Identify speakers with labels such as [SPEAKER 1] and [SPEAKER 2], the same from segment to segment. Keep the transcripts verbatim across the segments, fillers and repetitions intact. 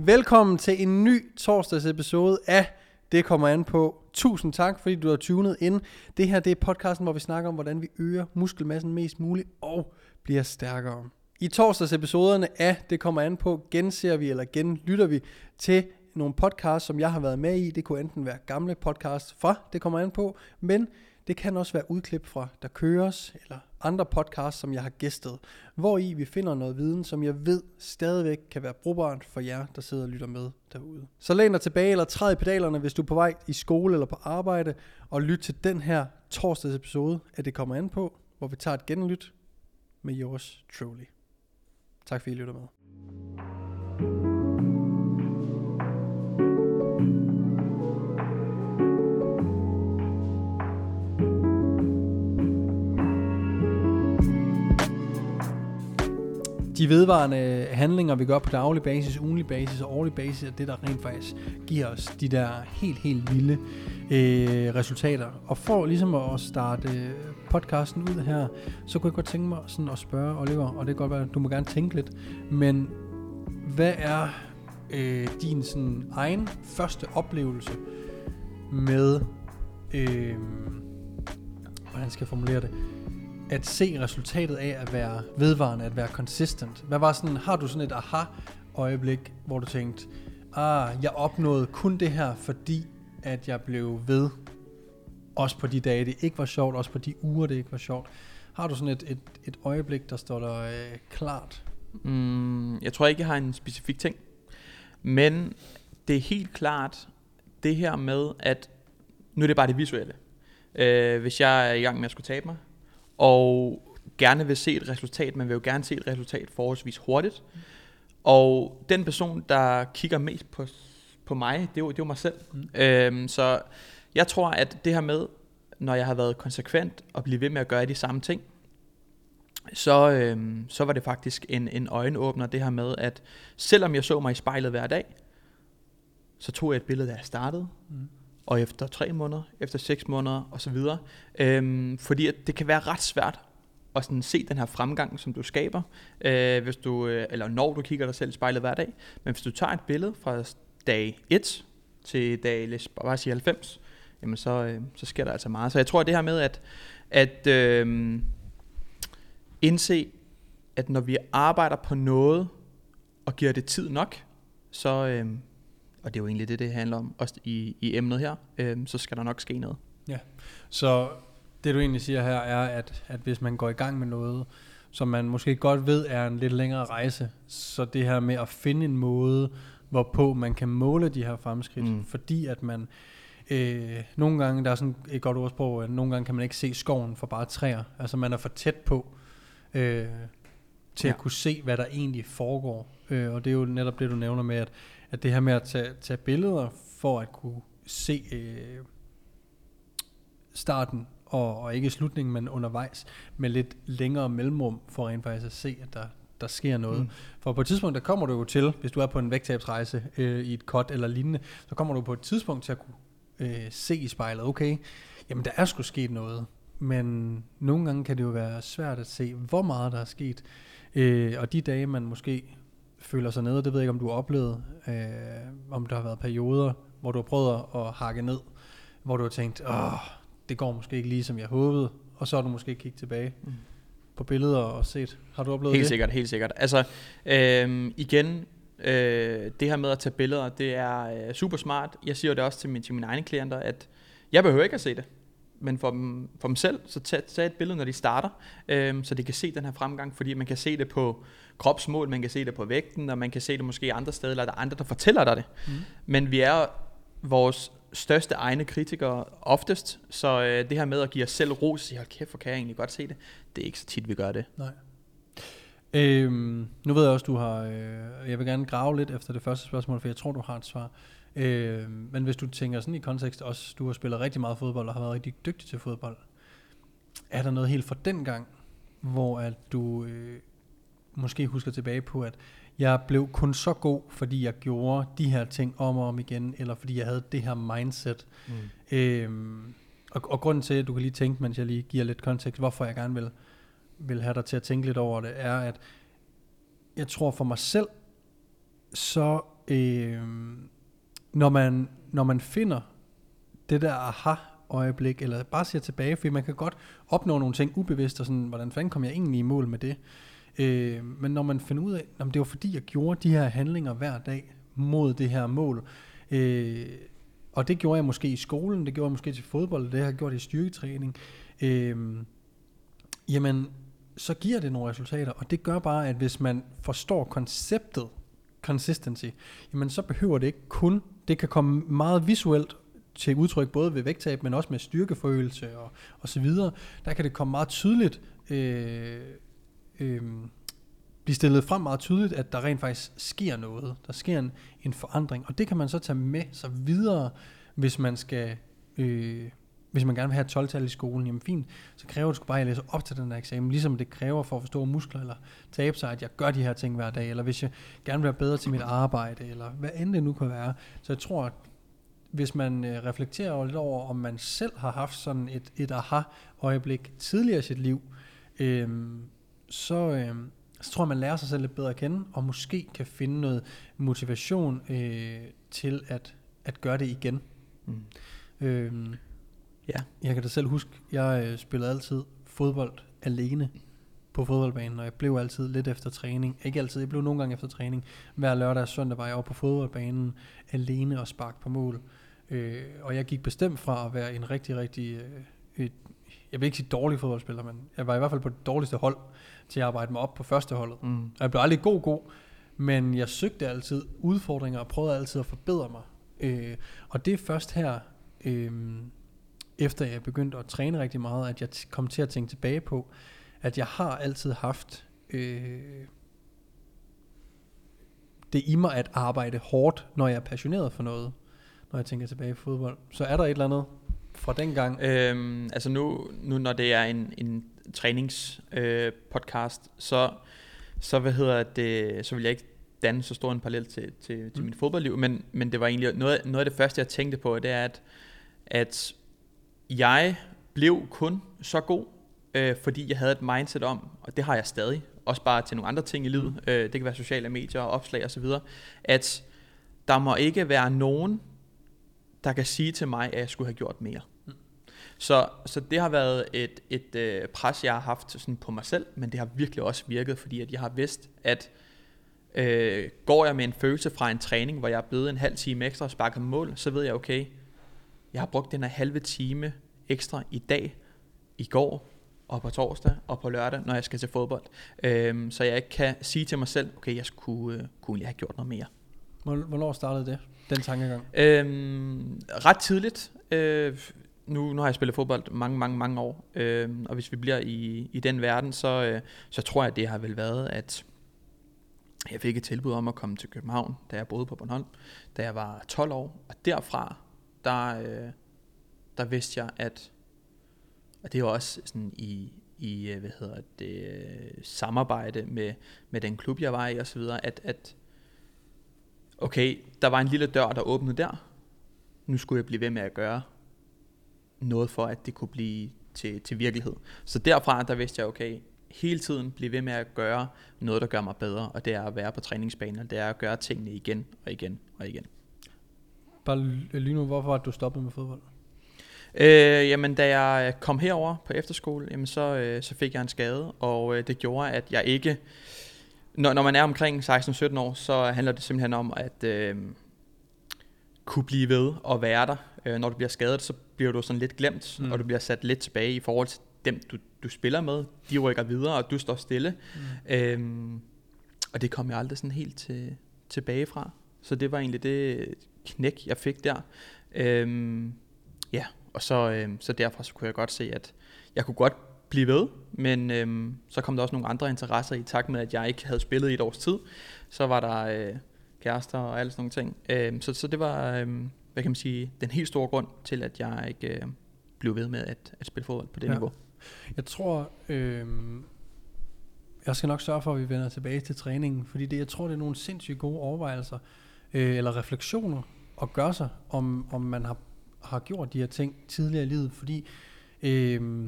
[SPEAKER 1] Velkommen til en ny torsdags episode af Det kommer an på. Tusind tak, fordi du har tunet ind. Det her det er podcasten, hvor vi snakker om, hvordan vi øger muskelmassen mest muligt og bliver stærkere. I torsdags episoderne af Det kommer an på, genser vi eller genlytter vi til nogle podcasts, som jeg har været med i. Det kunne enten være gamle podcasts fra Det kommer an på, men det kan også være udklip fra Der køres, eller andre podcasts, som jeg har gæstet, hvor i vi finder noget viden, som jeg ved stadigvæk kan være brugbart for jer, der sidder og lytter med derude. Så læn dig tilbage eller træd i pedalerne, hvis du er på vej i skole eller på arbejde, og lyt til den her torsdags episode af Det kommer an på, hvor vi tager et genlyt med yours truly. Tak fordi I lytter med. De vedvarende handlinger, vi gør på daglig basis, ugenlig basis og årlig basis, er det, der rent faktisk giver os de der helt, helt vilde øh, resultater. Og for ligesom at starte podcasten ud her, så kunne jeg godt tænke mig sådan at spørge Oliver, og det kan godt være, du må gerne tænke lidt, men hvad er øh, din sådan egen første oplevelse med, øh, hvordan skal jeg formulere det, at se resultatet af at være vedvarende, at være consistent? Hvad var sådan, har du sådan et aha-øjeblik, hvor du tænkte, ah, jeg opnåede kun det her, fordi at jeg blev ved, også på de dage, det ikke var sjovt, også på de uger, det ikke var sjovt. Har du sådan et, et, et øjeblik, der står der øh, klart?
[SPEAKER 2] Mm, jeg tror ikke, jeg har en specifik ting, men det er helt klart det her med, at nu er det bare det visuelle. Øh, hvis jeg er i gang med at skulle tabe mig, og gerne vil se et resultat, man vil jo gerne se et resultat forholdsvis hurtigt. Og den person, der kigger mest på, på mig, det er, jo, det er jo mig selv. Mm. Øhm, så jeg tror, at det her med, når jeg har været konsekvent og blive ved med at gøre de samme ting, så, øhm, så var det faktisk en, en øjenåbner, det her med, at selvom jeg så mig i spejlet hver dag, så tog jeg et billede, da jeg startede. Mm. Og efter tre måneder, efter seks måneder og så videre. Øhm, fordi at det kan være ret svært at sådan se den her fremgang, som du skaber, øh, hvis du, øh, eller når du kigger dig selv i spejlet hver dag. Men hvis du tager et billede fra dag et til dag, lad os bare sige halvfems, jamen så, øh, så sker der altså meget. Så jeg tror, at det her med at, at øh, indse, at når vi arbejder på noget, og giver det tid nok, så... Øh, og det er jo egentlig det, det handler om, også i, i emnet her, øh, så skal der nok ske noget.
[SPEAKER 1] Ja, så det du egentlig siger her er, at, at hvis man går i gang med noget, som man måske godt ved er en lidt længere rejse, så det her med at finde en måde, hvorpå man kan måle de her fremskridt, mm. fordi at man, øh, nogle gange, der er sådan et godt ordsprog, at nogle gange kan man ikke se skoven for bare træer, altså man er for tæt på, øh, til ja. At kunne se, hvad der egentlig foregår, øh, og det er jo netop det, du nævner med, at at det her med at tage, tage billeder for at kunne se øh, starten og, og ikke slutningen, men undervejs med lidt længere mellemrum for rent faktisk at se, at der, der sker noget. Mm. For på et tidspunkt, der kommer du jo til, hvis du er på en vægttabsrejse øh, i et cut eller lignende, så kommer du på et tidspunkt til at kunne øh, se i spejlet, okay, jamen der er sgu sket noget, men nogle gange kan det jo være svært at se, hvor meget der er sket, øh, og de dage, man måske føler sig nede, det ved jeg ikke, om du har oplevet, øh, om der har været perioder, hvor du har prøvet at hakke ned, hvor du har tænkt, åh, det går måske ikke lige, som jeg håbede, og så har du måske kigget tilbage mm. på billeder og set. Har du oplevet
[SPEAKER 2] helt
[SPEAKER 1] det?
[SPEAKER 2] Helt sikkert, helt sikkert. Altså, øh, igen, øh, det her med at tage billeder, det er øh, super smart. Jeg siger det også til, min, til mine egne klienter, at jeg behøver ikke at se det, men for dem, for dem selv, så tag, tag et billede, når de starter, øh, så de kan se den her fremgang, fordi man kan se det på kropsmål, man kan se det på vægten, og man kan se det måske andre steder, eller der er andre, der fortæller dig det. Mm. Men vi er vores største egne kritikere oftest, så øh, det her med at give os selv ros, sige, hold kæft, hvor kan jeg egentlig godt se det, det er ikke så tit, vi gør det.
[SPEAKER 1] Nej. Øhm, nu ved jeg også, du har, øh, jeg vil gerne grave lidt efter det første spørgsmål, for jeg tror, du har et svar. Øh, men hvis du tænker sådan i kontekst også, du har spillet rigtig meget fodbold, og har været rigtig dygtig til fodbold, er der noget helt fra den gang, hvor at du... Øh, måske husker tilbage på, at jeg blev kun så god, fordi jeg gjorde de her ting om og om igen, eller fordi jeg havde det her mindset. Mm. Øhm, og, og grunden til, at du kan lige tænke, mens jeg lige giver lidt kontekst, hvorfor jeg gerne vil, vil have dig til at tænke lidt over det, er, at jeg tror for mig selv, så øh, når, man, når man finder det der aha-øjeblik, eller bare ser tilbage, fordi man kan godt opnå nogle ting ubevidst, og sådan, hvordan fanden kom jeg egentlig i mål med det? Øh, men når man finder ud af, at det var fordi, jeg gjorde de her handlinger hver dag mod det her mål, øh, og det gjorde jeg måske i skolen, det gjorde jeg måske til fodbold, det har jeg gjort i styrketræning, øh, jamen, så giver det nogle resultater, og det gør bare, at hvis man forstår konceptet consistency, jamen så behøver det ikke kun, det kan komme meget visuelt til udtryk, både ved vægttab, men også med styrkeforøgelse og, og så videre. Der kan det komme meget tydeligt, øh, øh, blive stillet frem meget tydeligt, at der rent faktisk sker noget. Der sker en, en forandring, og det kan man så tage med sig videre, hvis man skal... Øh, Hvis man gerne vil have et tolv-tal i skolen, jamen fint, så kræver det sgu bare, at jeg læser op til den der eksamen, ligesom det kræver for at forstå muskler, eller tabe sig, at jeg gør de her ting hver dag, eller hvis jeg gerne vil være bedre til mit arbejde, eller hvad end det nu kan være. Så jeg tror, at hvis man øh, reflekterer lidt over, om man selv har haft sådan et, et aha-øjeblik tidligere i sit liv, øh, så, øh, så tror jeg, man lærer sig selv lidt bedre at kende, og måske kan finde noget motivation øh, til at, at gøre det igen. Mm. Øh,
[SPEAKER 2] Ja.
[SPEAKER 1] Jeg kan da selv huske, jeg øh, spillede altid fodbold alene på fodboldbanen, og jeg blev altid lidt efter træning. Ikke altid, jeg blev nogle gange efter træning. Hver lørdag og søndag var jeg oppe på fodboldbanen alene og spark på mål. Øh, og jeg gik bestemt fra at være en rigtig, rigtig, øh, et, jeg vil ikke sige dårlig fodboldspiller, men jeg var i hvert fald på det dårligste hold til at arbejde mig op på første holdet. Mm. Og jeg blev aldrig god, god, men jeg søgte altid udfordringer og prøvede altid at forbedre mig. Øh, og det er først her... Øh, efter jeg begyndte at træne rigtig meget, at jeg t- kom til at tænke tilbage på, at jeg har altid haft øh, det i mig at arbejde hårdt, når jeg er passioneret for noget, når jeg tænker tilbage på fodbold. Så er der et eller andet fra den gang?
[SPEAKER 2] Øhm, altså nu, nu når det er en, en træningspodcast, øh, podcast, så, så, hvad hedder det, så vil jeg ikke danne så stor en parallel til, til, til mm. mit fodboldliv, men, men det var egentlig noget, noget af det første, jeg tænkte på, det er, at, at jeg blev kun så god, øh, fordi jeg havde et mindset om, og det har jeg stadig, også bare til nogle andre ting i livet, øh, det kan være sociale medier, opslag osv., at der må ikke være nogen, der kan sige til mig, at jeg skulle have gjort mere. Mm. Så, så det har været et, et øh, pres, jeg har haft sådan på mig selv, men det har virkelig også virket, fordi at jeg har vidst, at øh, går jeg med en følelse fra en træning, hvor jeg er blevet en halv time ekstra og sparket mål, så ved jeg, okay, jeg har brugt den her halve time ekstra i dag, i går, og på torsdag, og på lørdag, når jeg skal til fodbold. Øhm, så jeg ikke kan sige til mig selv, okay, jeg skulle, øh, kunne have gjort noget mere.
[SPEAKER 1] Hvornår startede det, den tankegang?
[SPEAKER 2] Øhm, ret tidligt. Øh, nu, nu har jeg spillet fodbold mange, mange, mange år. Øh, og hvis vi bliver i, i den verden, så, øh, så tror jeg, det har vel været, at jeg fik et tilbud om at komme til København, da jeg boede på Bornholm, da jeg var tolv år. Og derfra, der, øh, der vidste jeg, at, og det er også sådan i, i hvad hedder det, samarbejde med, med den klub, jeg var i og så videre, at, at okay, der var en lille dør, der åbnede der. Nu skulle jeg blive ved med at gøre noget for, at det kunne blive til, til virkelighed. Så derfra, der vidste jeg, okay, hele tiden blive ved med at gøre noget, der gør mig bedre, og det er at være på træningsbanen, og det er at gøre tingene igen og igen og igen.
[SPEAKER 1] Bare lige nu, hvorfor har du stoppet med fodbold?
[SPEAKER 2] Øh, jamen, da jeg kom herover på efterskole, jamen, så, øh, så fik jeg en skade, og øh, det gjorde, at jeg ikke... Når, når man er omkring seksten sytten år, så handler det simpelthen om at øh, kunne blive ved og være der. Øh, når du bliver skadet, så bliver du sådan lidt glemt, mm. og du bliver sat lidt tilbage i forhold til dem, du, du spiller med. De rykker videre, og du står stille. Mm. Øhm, og det kom jeg aldrig sådan helt til, tilbage fra. Så det var egentlig det knæk, jeg fik der. Øhm, ja, og så, øhm, så derfra så kunne jeg godt se, at jeg kunne godt blive ved, men øhm, så kom der også nogle andre interesser i takt med, at jeg ikke havde spillet i et års tid. Så var der øh, kærester og alle sådan nogle ting. Øhm, så, så det var, øhm, hvad kan man sige, den helt store grund til, at jeg ikke øh, blev ved med at, at spille fodbold på det ja. niveau.
[SPEAKER 1] Jeg tror, øh, jeg skal nok sørge for, at vi vender tilbage til træningen, fordi det, jeg tror, det er nogle sindssygt gode overvejelser, øh, eller refleksioner at gøre sig, om, om man har, har gjort de her ting tidligere i livet, fordi øh,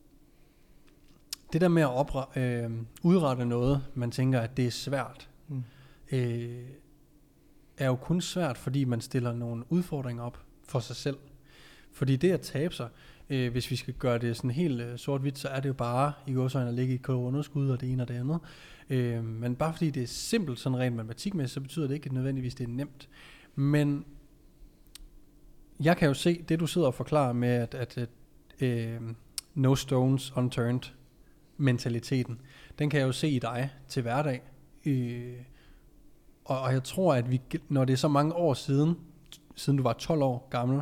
[SPEAKER 1] det der med at opre, øh, udrette noget, man tænker, at det er svært, mm. øh, er jo kun svært, fordi man stiller nogle udfordringer op for sig selv. Fordi det at tabe sig, øh, hvis vi skal gøre det sådan helt øh, sort-hvidt, så er det jo bare i gåseøjne at ligge i et underskud og det ene og det andet. Øh, men bare fordi det er simpelt sådan rent matematikmæssigt, så betyder det ikke at nødvendigvis, det er nemt. Men jeg kan jo se, det du sidder og forklarer med, at, at, at øh, no stones unturned mentaliteten, den kan jeg jo se i dig til hverdag. Øh, og, og jeg tror, at vi, når det er så mange år siden, siden du var tolv år gammel,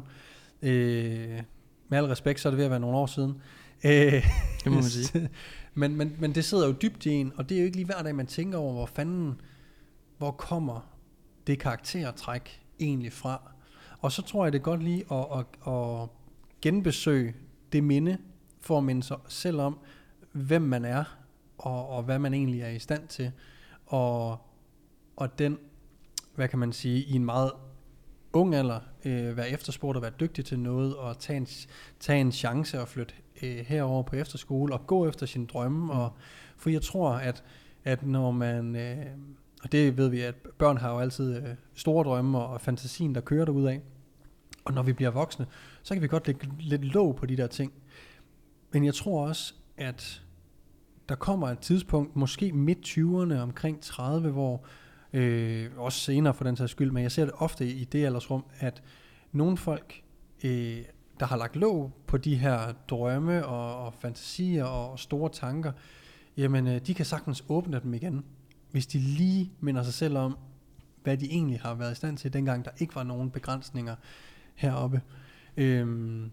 [SPEAKER 1] øh, med al respekt, så er det ved at være nogle år siden. Øh,
[SPEAKER 2] det må man sige.
[SPEAKER 1] men, men, men det sidder jo dybt i en, og det er jo ikke lige hver dag, man tænker over, hvor fanden, hvor kommer det karaktertræk egentlig fra. Og så tror jeg, det er godt lige at, at, at genbesøge det minde, for at minde sig selv om, hvem man er, og, og hvad man egentlig er i stand til. Og, og den, hvad kan man sige, i en meget ung alder, øh, være efterspurgt og være dygtig til noget, og tage en, tage en chance og flytte øh, herover på efterskole, og gå efter sine drømme. Mm. Og, for jeg tror, at, at når man, øh, og det ved vi, at børn har jo altid øh, store drømme, og, og fantasien, der kører derudad. Og når vi bliver voksne, så kan vi godt lægge lidt låg på de der ting. Men jeg tror også, at der kommer et tidspunkt, måske midt tyverne, omkring tredive, hvor øh, også senere for den sags skyld, men jeg ser det ofte i det aldersrum, at nogle folk, øh, der har lagt låg på de her drømme og, og fantasier og store tanker, jamen øh, de kan sagtens åbne dem igen, hvis de lige minder sig selv om, hvad de egentlig har været i stand til, dengang der ikke var nogen begrænsninger heroppe. Øhm,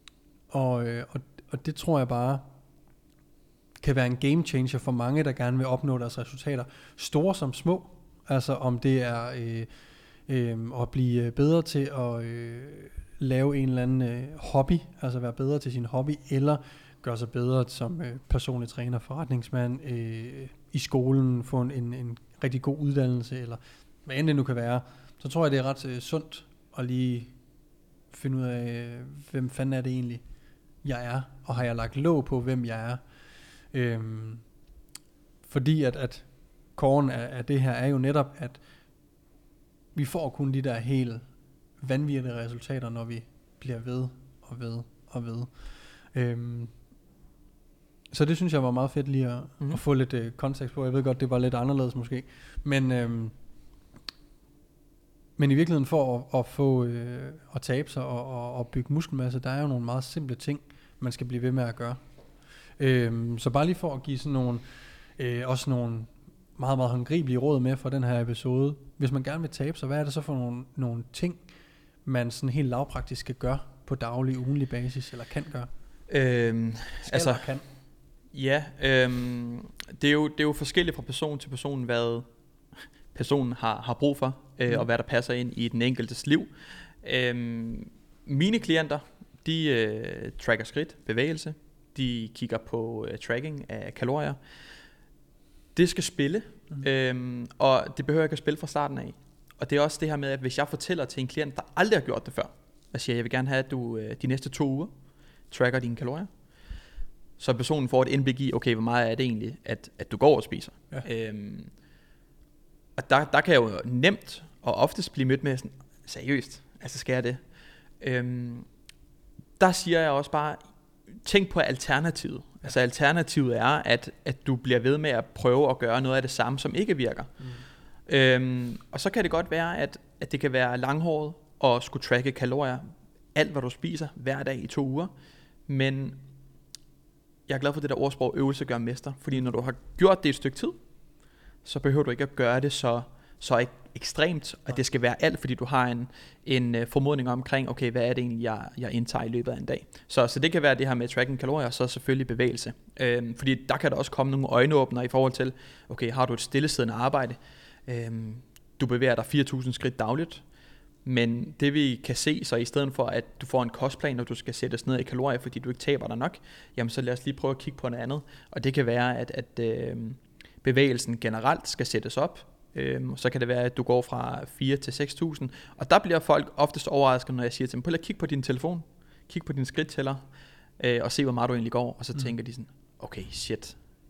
[SPEAKER 1] og, øh, og, og det tror jeg bare kan være en game changer for mange, der gerne vil opnå deres resultater, store som små. Altså om det er øh, øh, at blive bedre til at øh, lave en eller anden øh, hobby, altså være bedre til sin hobby, eller gøre sig bedre som øh, personlig træner, forretningsmand, øh, i skolen, få en, en, en rigtig god uddannelse, eller hvad end det nu kan være. Så tror jeg, det er ret øh, sundt at lige finde ud af, øh, hvem fanden er det egentlig, jeg er, og har jeg lagt låg på, hvem jeg er. Øhm, fordi at, at koren af, af det her er jo netop, at vi får kun de der helt vanvittige resultater, når vi bliver ved og ved og ved. Øhm, så det synes jeg var meget fedt lige at, mm-hmm. at få lidt øh, kontekst på. Jeg ved godt, det var lidt anderledes måske, men øhm, men i virkeligheden for at, at få øh, at tabe sig og, og, og bygge muskelmasse, der er jo nogle meget simple ting, man skal blive ved med at gøre. Øhm, så bare lige for at give sådan nogle, øh, også nogle meget, meget håndgribelige råd med for den her episode. Hvis man gerne vil tabe sig, hvad er det så for nogle, nogle ting, man sådan helt lavpraktisk skal gøre på daglig, ugenlig basis, eller kan gøre?
[SPEAKER 2] Øhm,
[SPEAKER 1] skal
[SPEAKER 2] altså,
[SPEAKER 1] eller kan?
[SPEAKER 2] Ja, øhm, det, er jo, det er jo forskelligt fra person til person, hvad personen har, har brug for, øh, mm. og hvad der passer ind i den enkeltes liv. Øhm, mine klienter, de øh, tracker skridt, bevægelse, de kigger på øh, tracking af kalorier. Det skal spille, mm. øhm, og det behøver ikke at spille fra starten af. Og det er også det her med, at hvis jeg fortæller til en klient, der aldrig har gjort det før, og siger, jeg vil gerne have, at du øh, de næste to uger tracker dine kalorier, så personen får et indblik i, okay, hvor meget er det egentlig, at, at du går og spiser. Ja. Øhm, og der, der kan jeg jo nemt og oftest blive mødt med sådan, seriøst, altså skal jeg det? Øhm, der siger jeg også bare, tænk på alternativet. Ja. Altså alternativet er, at, at du bliver ved med at prøve at gøre noget af det samme, som ikke virker. Mm. Øhm, og så kan det godt være, at, at det kan være langhåret og skulle tracke kalorier, alt hvad du spiser, hver dag i to uger. Men jeg er glad for det der ordsprog, øvelse gør mester. Fordi når du har gjort det et stykke tid, så behøver du ikke at gøre det så, så ek- ekstremt, at det skal være alt, fordi du har en, en uh, formodning omkring, okay, hvad er det egentlig, jeg, jeg indtager i løbet af en dag. Så, så det kan være det her med tracking kalorier, og så selvfølgelig bevægelse. Øhm, fordi der kan der også komme nogle øjenåbner i forhold til, okay, har du et stillesiddende arbejde, øhm, du bevæger dig fire tusind skridt dagligt, men det vi kan se, så i stedet for at du får en kostplan, når du skal sættes ned i kalorier, fordi du ikke taber dig nok, jamen så lad os lige prøve at kigge på noget andet. Og det kan være, at, at øh, bevægelsen generelt skal sættes op. Øhm, så kan det være, at du går fra fire til seks tusind. Og der bliver folk oftest overrasket, når jeg siger til dem, prøv at kigge på din telefon, kig på din skridttæller, øh, og se hvor meget du egentlig går. Og så mm. tænker de sådan, okay shit,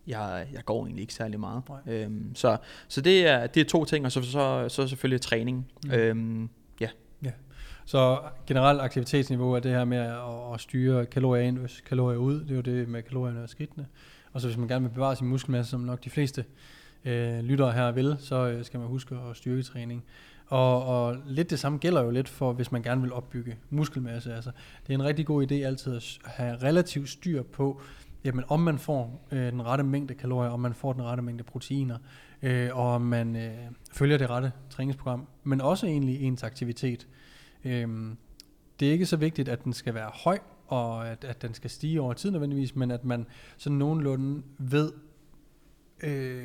[SPEAKER 2] Jeg, jeg går egentlig ikke særlig meget. Øhm, så så det, er, det er to ting, og så, så, så selvfølgelig træning. Mm. Øhm, ja.
[SPEAKER 1] ja. Så generelt aktivitetsniveau er det her med at, at styre kalorier ind, hvis kalorier ud. Det er jo det med kalorierne og skridtene. Og så hvis man gerne vil bevare sin muskelmasse, som nok de fleste øh, lyttere her vil, så øh, skal man huske at styrketræning. Og, og lidt det samme gælder jo lidt for, hvis man gerne vil opbygge muskelmasse. Altså, det er en rigtig god idé altid at have relativt styr på, jamen, om man får øh, den rette mængde kalorier, om man får den rette mængde proteiner, øh, og om man øh, følger det rette træningsprogram, men også egentlig ens aktivitet. Øh, det er ikke så vigtigt, at den skal være høj, og at, at den skal stige over tid nødvendigvis, men at man sådan nogenlunde ved... Øh,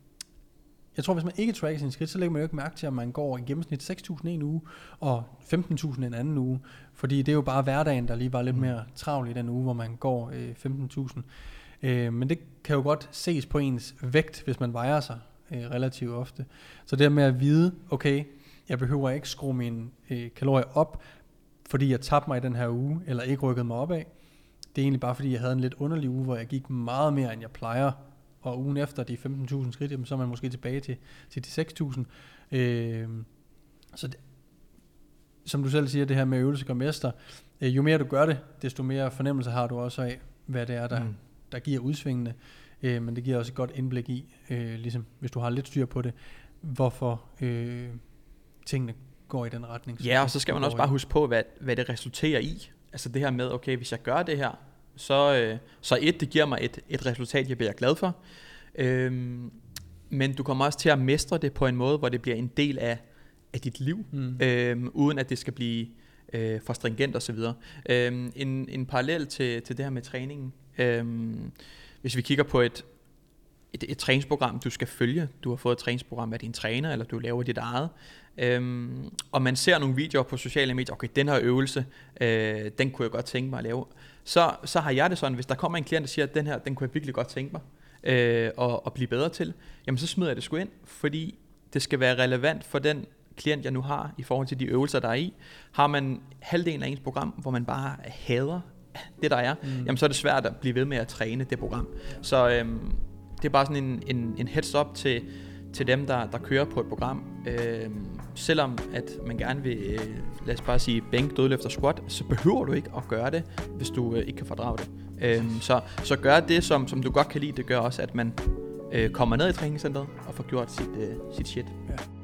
[SPEAKER 1] Jeg tror, hvis man ikke tracker sin skridt, så lægger man jo ikke mærke til, at man går i gennemsnit seks tusind en uge, og femten tusind en anden uge. Fordi det er jo bare hverdagen, der lige var lidt mere travl i den uge, hvor man går øh, femten tusind. Øh, men det kan jo godt ses på ens vægt, hvis man vejer sig øh, relativt ofte. Så det med at vide, okay, jeg behøver ikke skrue mine øh, kalorier op, fordi jeg tabte mig i den her uge, eller ikke rykkede mig opad. Det er egentlig bare, fordi jeg havde en lidt underlig uge, hvor jeg gik meget mere, end jeg plejer. Og ugen efter de femten tusind skridt, jamen, så er man måske tilbage til, til de seks tusind. Øh, så det, som du selv siger, det her med øvelse gør mester. Øh, jo mere du gør det, desto mere fornemmelse har du også af, hvad det er, der, mm. der giver udsvingene. Øh, men det giver også et godt indblik i, øh, ligesom hvis du har lidt styr på det, hvorfor øh, tingene går i den retning.
[SPEAKER 2] Ja, og så skal man også bare huske på, hvad, hvad det resulterer i. Altså det her med, okay, hvis jeg gør det her, så, øh, så et, det giver mig et, et resultat, jeg bliver glad for. Øhm, men du kommer også til at mestre det på en måde, hvor det bliver en del af, af dit liv, mm. øhm, uden at det skal blive øh, for stringent og så videre. Øhm, en, en parallel til, til det her med træningen. Øhm, hvis vi kigger på et, et, et træningsprogram, du skal følge. Du har fået et træningsprogram af din træner, eller du laver dit eget. Øhm, og man ser nogle videoer på sociale medier, okay, den her øvelse, øh, den kunne jeg godt tænke mig at lave. Så, så har jeg det sådan, hvis der kommer en klient, der siger, at den her, den kunne jeg virkelig godt tænke mig øh, at, at blive bedre til, jamen så smider jeg det sgu ind, fordi det skal være relevant for den klient, jeg nu har, i forhold til de øvelser, der er i. Har man halvdelen af ens program, hvor man bare hader det, der er, mm. jamen så er det svært at blive ved med at træne det program. Så øhm, det er bare sådan en, en, en heads up til, til dem, der, der kører på et program. Øhm, selvom at man gerne vil, øh, lad os bare sige, bænk, dødløft og squat, så behøver du ikke at gøre det, hvis du øh, ikke kan fordrage det. Øhm, så, så gør det, som, som du godt kan lide. Det gør også, at man øh, kommer ned i træningscenteret og får gjort sit, øh, sit shit. Ja.